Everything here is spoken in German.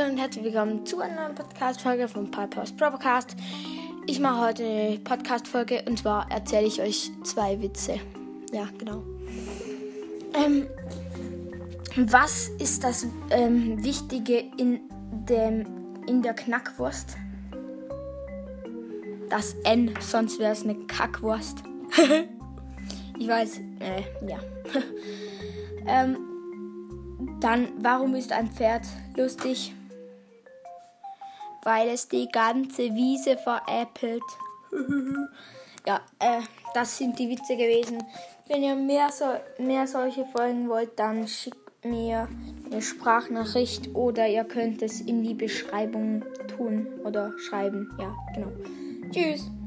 Hallo und herzlich willkommen zu einer neuen Podcast-Folge vom Piper's Podcast. Ich mache heute eine Podcast-Folge und zwar erzähle ich euch 2 Witze. Ja, genau. Was ist das Wichtige in der Knackwurst? Das N, sonst wäre es eine Kackwurst. Ich weiß, ja. Dann, warum ist ein Pferd lustig? Weil es die ganze Wiese veräppelt. Ja, das sind die Witze gewesen. Wenn ihr mehr solche Folgen wollt, dann schickt mir eine Sprachnachricht oder ihr könnt es in die Beschreibung tun oder schreiben. Ja, genau. Tschüss.